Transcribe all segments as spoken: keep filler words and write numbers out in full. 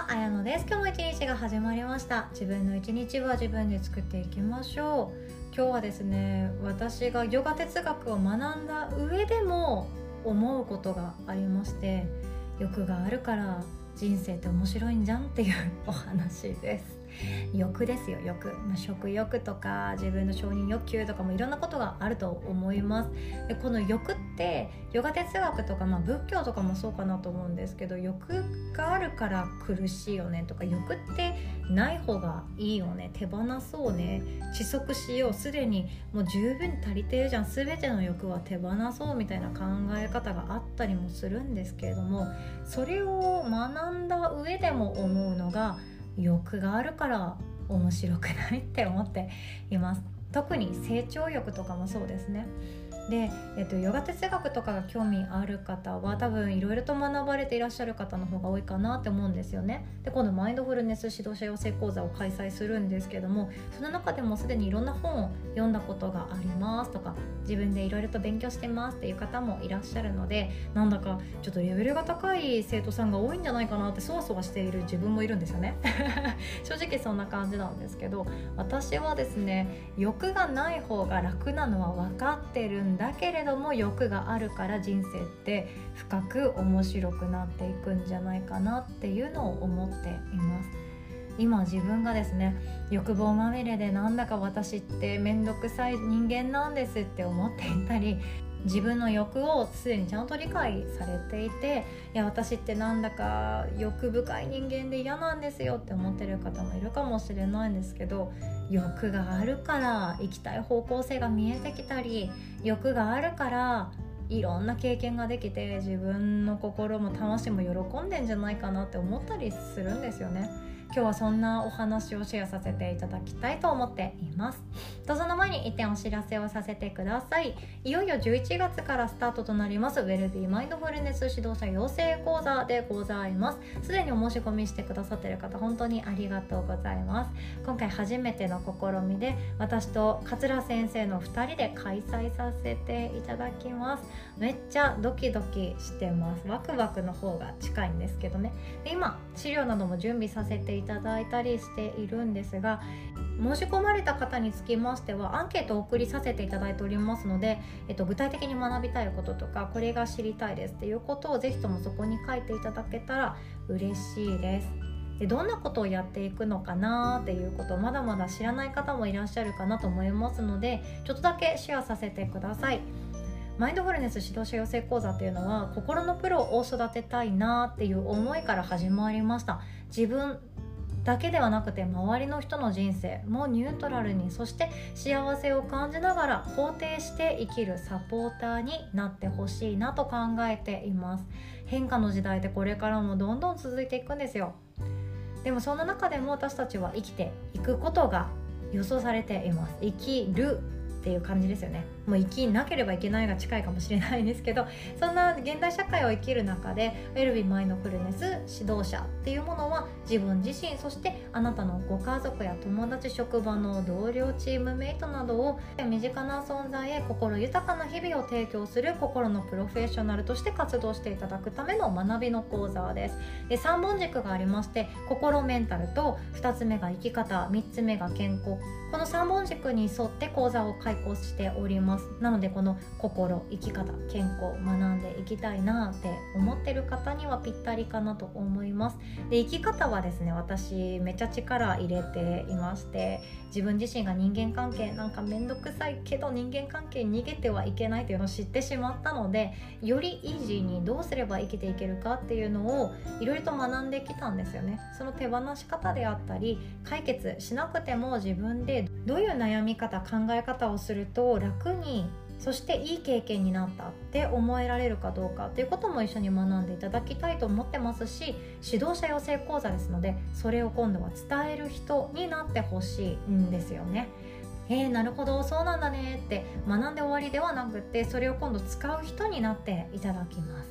は、あやのです。今日も一日が始まりました。自分の一日は自分で作っていきましょう。今日はですね、私がヨガ哲学を学んだ上でも思うことがありまして、欲があるから人生って面白いんじゃんっていうお話です。欲ですよ、欲、まあ、食欲とか自分の承認欲求とかもいろんなことがあると思います。でこの欲ってヨガ哲学とか、まあ、仏教とかもそうかなと思うんですけど、欲があるから苦しいよねとか、欲ってない方がいいよね、手放そうね、窒息しよう、すでにもう十分足りてるじゃん、全ての欲は手放そうみたいな考え方があったりもするんですけれども、それを学んだ上でも思うのが、欲があるから面白くないって思っています。特に成長欲とかもそうですね。で、えっと、ヨガ哲学とかが興味ある方は多分いろいろと学ばれていらっしゃる方の方が多いかなって思うんですよね。で今度マインドフルネス指導者養成講座を開催するんですけども、その中でもすでにいろんな本を読んだことがありますとか、自分でいろいろと勉強してますっていう方もいらっしゃるので、なんだかちょっとレベルが高い生徒さんが多いんじゃないかなってそわそわしている自分もいるんですよね正直そんな感じなんですけど、私はですね、欲がない方が楽なのは分かってるんだけれども、欲があるから人生って深く面白くなっていくんじゃないかなっていうのを思っています。今自分がですね、欲望まみれでなんだか私ってめんどくさい人間なんですって思っていたり、自分の欲をすでにちゃんと理解されていて、いや私ってなんだか欲深い人間で嫌なんですよって思ってる方もいるかもしれないんですけど、欲があるから行きたい方向性が見えてきたり、欲があるからいろんな経験ができて、自分の心も魂も喜んでんじゃないかなって思ったりするんですよね。今日はそんなお話をシェアさせていただきたいと思っています。とその前に一点お知らせをさせてください。いよいよじゅういちがつからスタートとなりますウェルビーマインドフルネス指導者養成講座でございます。すでにお申し込みしてくださっている方、本当にありがとうございます。今回初めての試みで、私と桂先生のふたりで開催させていただきます。めっちゃドキドキしてます。ワクワクの方が近いんですけどね。で今資料なども準備させていただいたりしているんですが、申し込まれた方につきましてはアンケートをお送りさせていただいておりますので、えっと、具体的に学びたいこととか、これが知りたいですっていうことをぜひともそこに書いていただけたら嬉しいです。でどんなことをやっていくのかなっていうことをまだまだ知らない方もいらっしゃるかなと思いますので、ちょっとだけシェアさせてください。マインドフルネス指導者養成講座っていうのは、心のプロを育てたいなっていう思いから始まりました。自分だけではなくて周りの人の人生もニュートラルに、そして幸せを感じながら肯定して生きるサポーターになってほしいなと考えています。変化の時代ってこれからもどんどん続いていくんですよ。でもその中でも私たちは生きていくことが予想されています。生きるっていう感じですよね。もう生きなければいけないが近いかもしれないですけど、そんな現代社会を生きる中でウェルビーマインドフルネス指導者っていうものは、自分自身、そしてあなたのご家族や友達、職場の同僚、チームメイトなどを身近な存在へ心豊かな日々を提供する心のプロフェッショナルとして活動していただくための学びの講座です。でさんぼん軸がありまして、心メンタルと、ふたつめが生き方、みっつめが健康、このさんぼん軸に沿って講座を開講しております。なのでこの心、生き方、健康学んでいきたいなって思ってる方にはぴったりかなと思います。で生き方はですね、私めっちゃ力入れていまして、自分自身が人間関係なんかめんどくさいけど人間関係に逃げてはいけないというのを知ってしまったので、よりイージーにどうすれば生きていけるかっていうのをいろいろと学んできたんですよね。その手放し方であったり、解決しなくても自分でどういう悩み方、考え方をすると楽に、そしていい経験になったって思えられるかどうかっていうことも一緒に学んでいただきたいと思ってますし、指導者養成講座ですので、それを今度は伝える人になってほしいんですよね。えー、なるほど、そうなんだねって学んで終わりではなくて、それを今度使う人になっていただきます。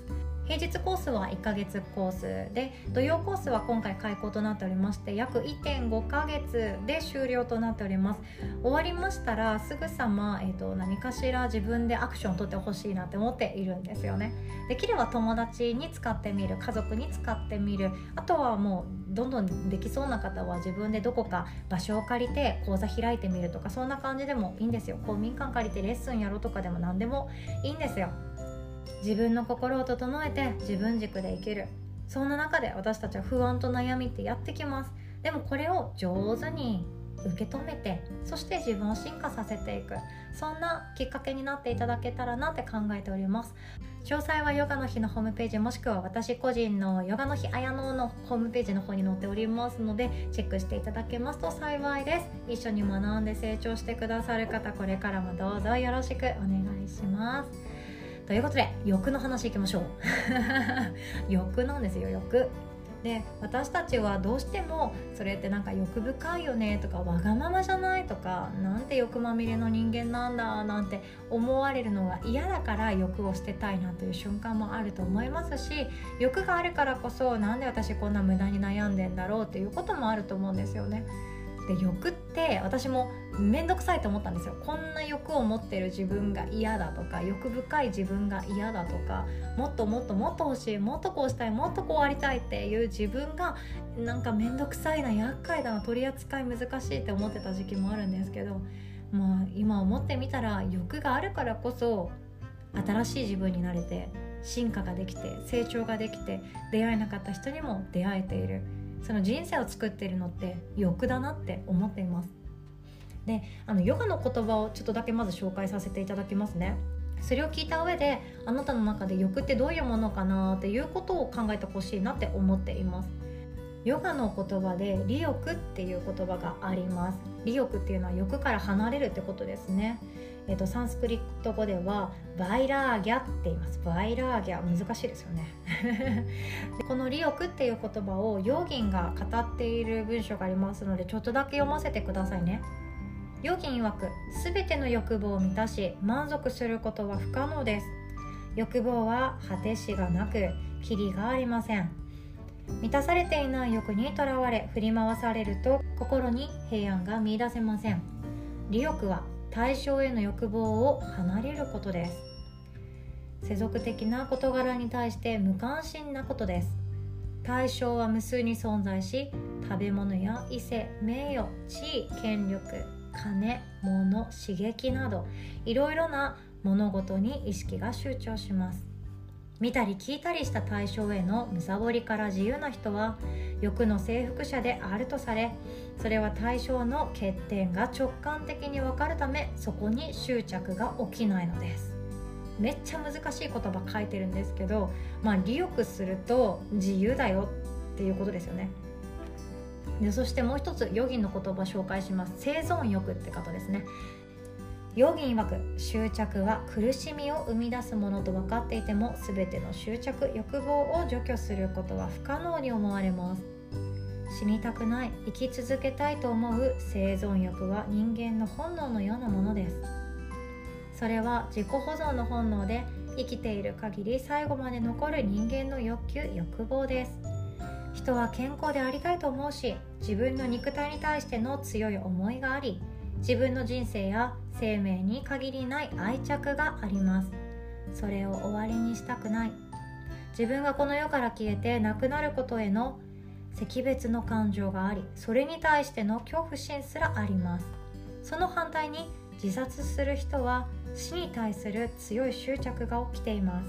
平日コースはいっかげつコースで、土曜コースは今回開講となっておりまして、約 いってんごかげつで終了となっております。終わりましたらすぐさま、えーと、何かしら自分でアクションを取ってほしいなって思っているんですよね。できれば友達に使ってみる、家族に使ってみる、あとはもうどんどんできそうな方は自分でどこか場所を借りて講座開いてみるとか、そんな感じでもいいんですよ。公民館借りてレッスンやろうとかでも何でもいいんですよ。自分の心を整えて自分軸で生きる、そんな中で私たちは不安と悩みってやってきます。でもこれを上手に受け止めて、そして自分を進化させていく、そんなきっかけになっていただけたらなって考えております。詳細はヨガの日のホームページ、もしくは私個人のヨガの日あやののホームページの方に載っておりますので、チェックしていただけますと幸いです。一緒に学んで成長してくださる方、これからもどうぞよろしくお願いします。ということで、欲の話いきましょう欲なんですよ、欲で、私たちはどうしてもそれってなんか欲深いよねとか、わがままじゃないとか、なんて欲まみれの人間なんだなんて思われるのが嫌だから欲を捨てたいなという瞬間もあると思いますし、欲があるからこそなんで私こんな無駄に悩んでんだろうっていうこともあると思うんですよね。で、欲って私もめんどくさいと思ったんですよ。こんな欲を持ってる自分が嫌だとか、欲深い自分が嫌だとか、もっともっともっと欲しい、もっとこうしたい、もっとこうありたいっていう自分がなんかめんどくさいな、厄介だな、取り扱い難しいって思ってた時期もあるんですけど、まあ今思ってみたら、欲があるからこそ新しい自分になれて、進化ができて、成長ができて、出会えなかった人にも出会えている、その人生を作っているのって欲だなって思っています。で、あのヨガの言葉をちょっとだけまず紹介させていただきますね。それを聞いた上で、あなたの中で欲ってどういうものかなっていうことを考えてほしいなって思っています。ヨガの言葉で利欲っていう言葉があります。利欲っていうのは欲から離れるってことですね。えっと、サンスクリット語ではバイラーギャって言います。バイラーギャ、難しいですよねで、この利欲っていう言葉をヨーギンが語っている文章がありますので、ちょっとだけ読ませてくださいね。ヨーギン曰く、すべての欲望を満たし満足することは不可能です。欲望は果てしがなく、キリがありません。満たされていない欲にとらわれ振り回されると、心に平安が見出せません。利欲は対象への欲望を離れることです。世俗的な事柄に対して無関心なことです。対象は無数に存在し、食べ物や異性、名誉、地位、権力、金、物、刺激などいろいろな物事に意識が集中します。見たり聞いたりした対象への貪りから自由な人は欲の征服者であるとされ、それは対象の欠点が直感的に分かるため、そこに執着が起きないのです。めっちゃ難しい言葉書いてるんですけど、まあ利欲すると自由だよっていうことですよね。で、そしてもう一つヨギンの言葉紹介します。生存欲って方ですね。ヨギン曰く、執着は苦しみを生み出すものと分かっていても、すべての執着、欲望を除去することは不可能に思われます。死にたくない、生き続けたいと思う生存欲は人間の本能のようなものです。それは自己保存の本能で、生きている限り最後まで残る人間の欲求、欲望です。人は健康でありたいと思うし、自分の肉体に対しての強い思いがあり、自分の人生や生命に限りない愛着があります。それを終わりにしたくない。自分がこの世から消えてなくなることへの惜別の感情があり、それに対しての恐怖心すらあります。その反対に、自殺する人は死に対する強い執着が起きています。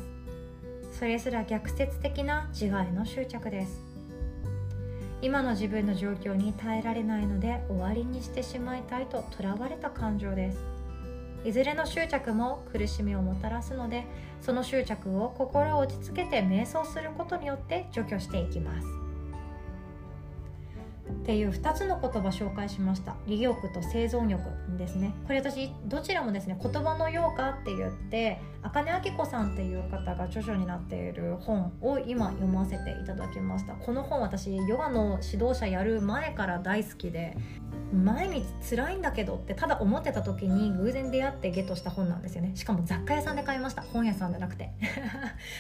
それすら逆説的な自我への執着です。今の自分の状況に耐えられないので終わりにしてしまいたいと囚われた感情です。いずれの執着も苦しみをもたらすので、その執着を心を落ち着けて瞑想することによって除去していきます。っていうふたつの言葉紹介しました。利欲と生存欲ですね。これ私どちらもですね、言葉のようかって言って、茜明子さんっていう方が著書になっている本を今読ませていただきました。この本、私ヨガの指導者やる前から大好きで、毎日辛いんだけどってただ思ってた時に偶然出会ってゲットした本なんですよね。しかも雑貨屋さんで買いました。本屋さんじゃなくて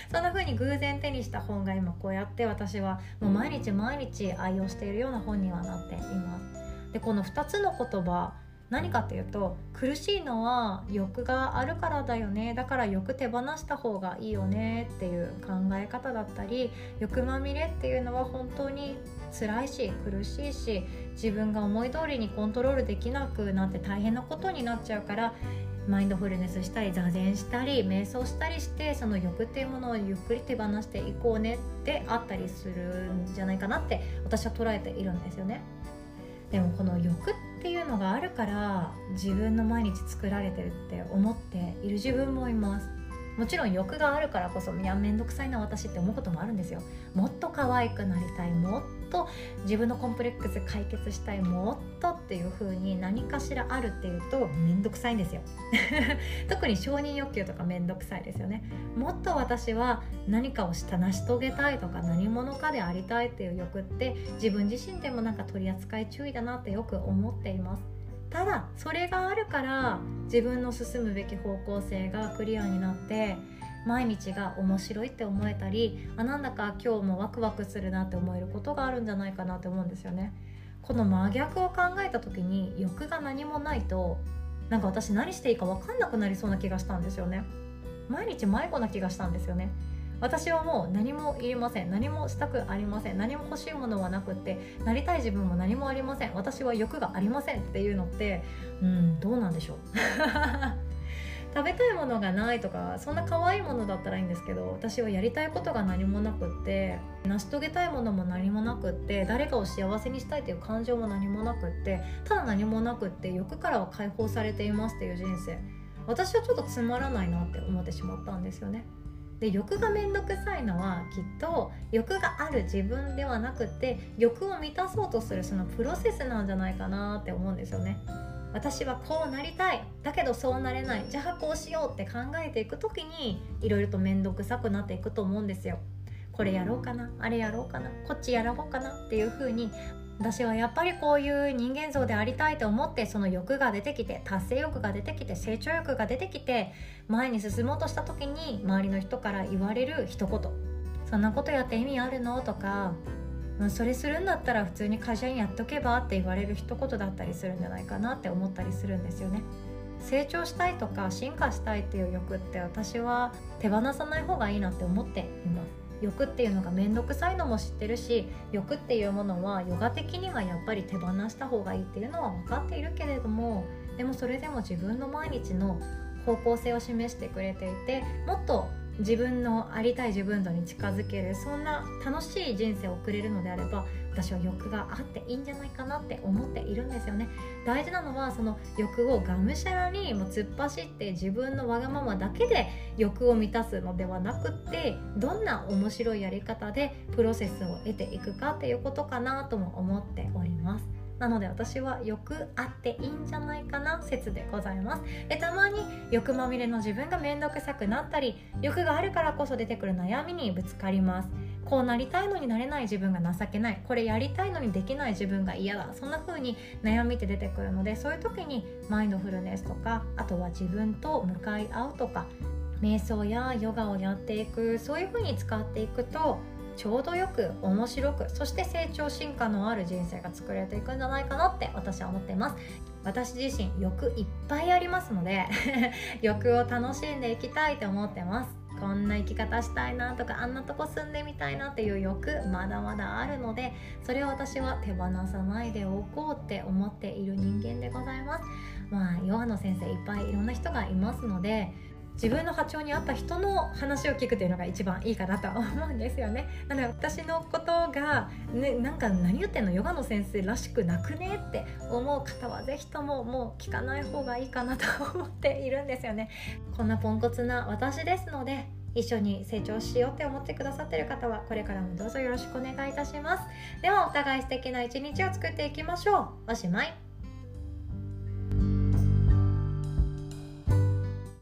そんな風に偶然手にした本が今こうやって私はもう毎日毎日愛用しているような本にはなっています。でこのふたつの言葉何かっていうと、苦しいのは欲があるからだよね、だから欲手放した方がいいよねっていう考え方だったり、欲まみれっていうのは本当に辛いし苦しいし、自分が思い通りにコントロールできなくなって大変なことになっちゃうから、マインドフルネスしたり座禅したり瞑想したりして、その欲っていうものをゆっくり手放していこうねってあったりするんじゃないかなって私は捉えているんですよね。でもこの欲っていうのがあるから自分の毎日作られてるって思っている自分もいます。もちろん欲があるからこそ、いやめんどくさいな私って思うこともあるんですよ。もっと可愛くなりたい、もっと自分のコンプレックス解決したい、もっとっていう風に何かしらあるっていうとめんどくさいんですよ特に承認欲求とかめんどくさいですよね。もっと私は何かをした成し遂げたいとか何者かでありたいっていう欲って自分自身でもなんか取り扱い注意だなってよく思っています。ただそれがあるから自分の進むべき方向性がクリアになって毎日が面白いって思えたり、あなんだか今日もワクワクするなって思えることがあるんじゃないかなって思うんですよね。この真逆を考えた時に欲が何もないとなんか私何していいか分かんなくなりそうな気がしたんですよね。毎日迷子な気がしたんですよね。私はもう何もいりません、何もしたくありません、何も欲しいものはなくって、なりたい自分も何もありません、私は欲がありませんっていうのってうんどうなんでしょう食べたいものがないとかそんな可愛いものだったらいいんですけど、私はやりたいことが何もなくって成し遂げたいものも何もなくって、誰かを幸せにしたいという感情も何もなくって、ただ何もなくって欲からは解放されていますっていう人生、私はちょっとつまらないなって思ってしまったんですよね。で欲がめんどくさいのはきっと欲がある自分ではなくて欲を満たそうとするそのプロセスなんじゃないかなって思うんですよね。私はこうなりたい、だけどそうなれない、じゃあこうしようって考えていくときにいろいろとめんどくさくなっていくと思うんですよ。これやろうかな、あれやろうかな、こっちやろうかなっていう風に、私はやっぱりこういう人間像でありたいと思って、その欲が出てきて、達成欲が出てきて、成長欲が出てきて前に進もうとした時に周りの人から言われる一言、そんなことやって意味あるのとか、それするんだったら普通に会社員やっとけばって言われる一言だったりするんじゃないかなって思ったりするんですよね。成長したいとか進化したいっていう欲って私は手放さない方がいいなって思っています。欲っていうのがめんどくさいのも知ってるし、欲っていうものはヨガ的にはやっぱり手放した方がいいっていうのは分かっているけれども、でもそれでも自分の毎日の方向性を示してくれていて、もっと自分のありたい自分像に近づける、そんな楽しい人生を送れるのであれば私は欲があっていいんじゃないかなって思っているんですよね。大事なのはその欲をがむしゃらにもう突っ走って自分のわがままだけで欲を満たすのではなくって、どんな面白いやり方でプロセスを得ていくかっていうことかなとも思っております。なので私は欲あっていいんじゃないかな説でございます。でたまに欲まみれの自分がめんどくさくなったり、欲があるからこそ出てくる悩みにぶつかります。こうなりたいのになれない自分が情けない、これやりたいのにできない自分が嫌だ、そんな風に悩みって出てくるので、そういう時にマインドフルネスとか、あとは自分と向かい合うとか、瞑想やヨガをやっていく、そういう風に使っていくとちょうどよく面白く、そして成長進化のある人生が作れていくんじゃないかなって私は思っています。私自身欲いっぱいありますので欲を楽しんでいきたいと思ってます。こんな生き方したいなとか、あんなとこ住んでみたいなっていう欲まだまだあるので、それを私は手放さないでおこうって思っている人間でございます。まあヨガの先生いっぱいいろんな人がいますので、自分の波長に合った人の話を聞くというのが一番いいかなと思うんですよね。なので私のことが、ね、なんか何言ってんのヨガの先生らしくなくねって思う方はぜひとももう聞かない方がいいかなと思っているんですよね。こんなポンコツな私ですので、一緒に成長しようって思ってくださっている方はこれからもどうぞよろしくお願いいたします。ではお互い素敵な一日を作っていきましょう。おしまい。